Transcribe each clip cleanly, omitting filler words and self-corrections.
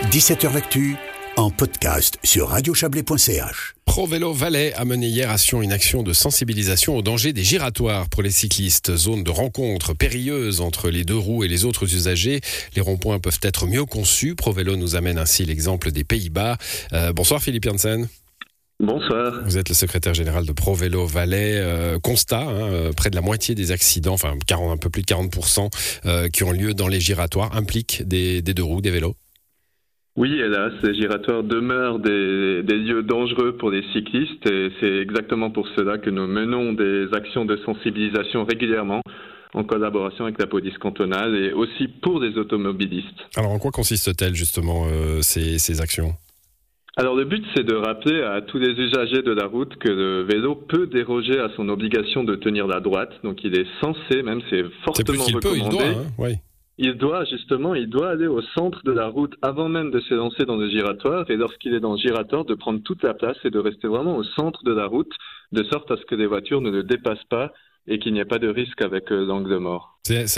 17h L'actu, en podcast sur radiochablais.ch. ProVélo Valais a mené hier une action de sensibilisation au danger des giratoires pour les cyclistes. Zone de rencontre périlleuse entre les deux roues et les autres usagers. Les ronds-points peuvent être mieux conçus. ProVélo nous amène ainsi l'exemple des Pays-Bas. Bonsoir Philippe Janssen. Bonsoir. Vous êtes le secrétaire général de ProVélo Valais. Constat, près de la moitié des accidents, un peu plus de 40%, qui ont lieu dans les giratoires, impliquent des deux roues, des vélos. Oui, hélas, les giratoires demeurent des lieux dangereux pour les cyclistes et c'est exactement pour cela que nous menons des actions de sensibilisation régulièrement en collaboration avec la police cantonale et aussi pour les automobilistes. Alors en quoi consiste-t-elle justement ces actions ? Alors le but, c'est de rappeler à tous les usagers de la route que le vélo peut déroger à son obligation de tenir la droite. Donc il est censé, même c'est fortement recommandé. Il doit aller au centre de la route avant même de se lancer dans le giratoire et lorsqu'il est dans le giratoire, de prendre toute la place et de rester vraiment au centre de la route de sorte à ce que les voitures ne le dépassent pas et qu'il n'y ait pas de risque avec l'angle mort.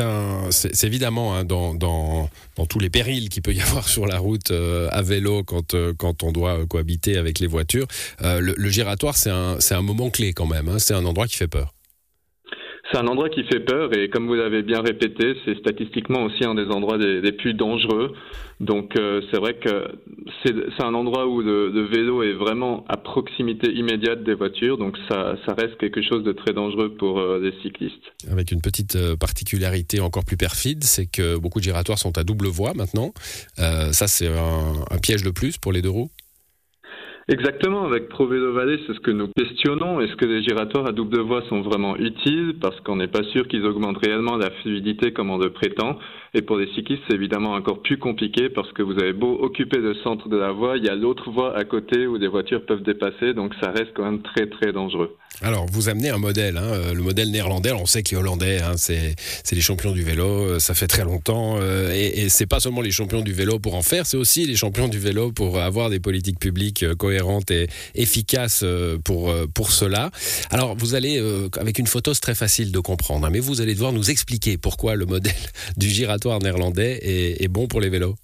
C'est évidemment dans tous les périls qu'il peut y avoir sur la route à vélo quand on doit cohabiter avec les voitures. Le giratoire, c'est un moment clé quand même, c'est un endroit qui fait peur. C'est un endroit qui fait peur et comme vous l'avez bien répété, c'est statistiquement aussi un des endroits les plus dangereux. Donc c'est vrai que c'est un endroit où le vélo est vraiment à proximité immédiate des voitures. Donc ça reste quelque chose de très dangereux pour les cyclistes. Avec une petite particularité encore plus perfide, c'est que beaucoup de giratoires sont à double voie maintenant. Ça c'est un piège de plus pour les deux roues. Exactement, avec ProVélo Valais, c'est ce que nous questionnons. Est-ce que les giratoires à double voie sont vraiment utiles ? Parce qu'on n'est pas sûr qu'ils augmentent réellement la fluidité comme on le prétend. Et pour les cyclistes, c'est évidemment encore plus compliqué parce que vous avez beau occuper le centre de la voie, il y a l'autre voie à côté où les voitures peuvent dépasser, donc ça reste quand même très très dangereux. Alors, vous amenez un modèle, le modèle néerlandais. Alors, on sait que les Hollandais, c'est les champions du vélo, ça fait très longtemps. Et c'est pas seulement les champions du vélo pour en faire, c'est aussi les champions du vélo pour avoir des politiques publiques cohérentes et efficaces pour cela. Alors, vous allez, avec une photo, c'est très facile de comprendre, mais vous allez devoir nous expliquer pourquoi le modèle du giratoire néerlandais est bon pour les vélos.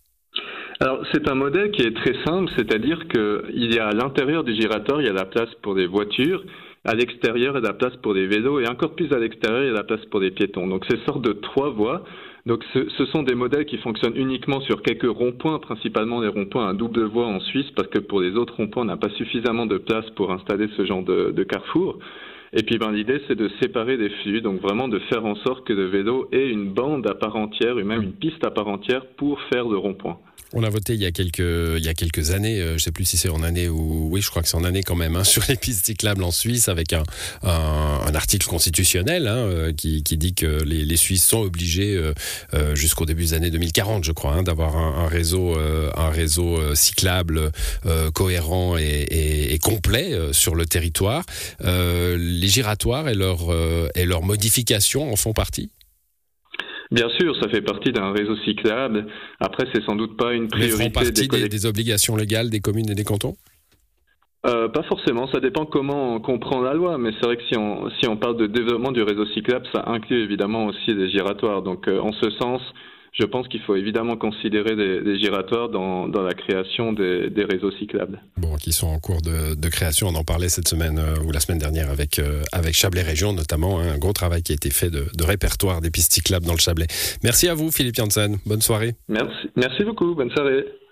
Alors, c'est un modèle qui est très simple, c'est-à-dire qu'il y a à l'intérieur du giratoire, il y a la place pour des voitures, à l'extérieur, il y a la place pour des vélos, et encore plus à l'extérieur, il y a la place pour des piétons. Donc, c'est sorte de 3 voies. Donc, ce sont des modèles qui fonctionnent uniquement sur quelques ronds-points, principalement les ronds-points à double voie en Suisse, parce que pour les autres ronds-points, on n'a pas suffisamment de place pour installer ce genre de carrefour. Et puis l'idée, c'est de séparer les flux, donc vraiment de faire en sorte que le vélo ait une bande à part entière, et même une piste à part entière pour faire le rond-point. On a voté il y a quelques années, je ne sais plus si c'est en année ou... Oui, je crois que c'est en année quand même, sur les pistes cyclables en Suisse, avec un article constitutionnel qui dit que les Suisses sont obligés, jusqu'au début des années 2040, je crois, d'avoir un réseau cyclable cohérent et complet sur le territoire. Les giratoires et leurs modifications en font partie ? Bien sûr, ça fait partie d'un réseau cyclable. Après, c'est sans doute pas une priorité. Ils font partie des obligations légales des communes et des cantons ? Pas forcément, ça dépend comment on comprend la loi, mais c'est vrai que si on parle de développement du réseau cyclable, ça inclut évidemment aussi les giratoires. Donc en ce sens, je pense qu'il faut évidemment considérer les giratoires dans la création des réseaux cyclables. Bon, qui sont en cours de création. On en parlait cette semaine ou la semaine dernière avec Chablais Région notamment. Un gros travail qui a été fait de répertoire des pistes cyclables dans le Chablais. Merci à vous Philippe Janssen. Bonne soirée. Merci beaucoup. Bonne soirée.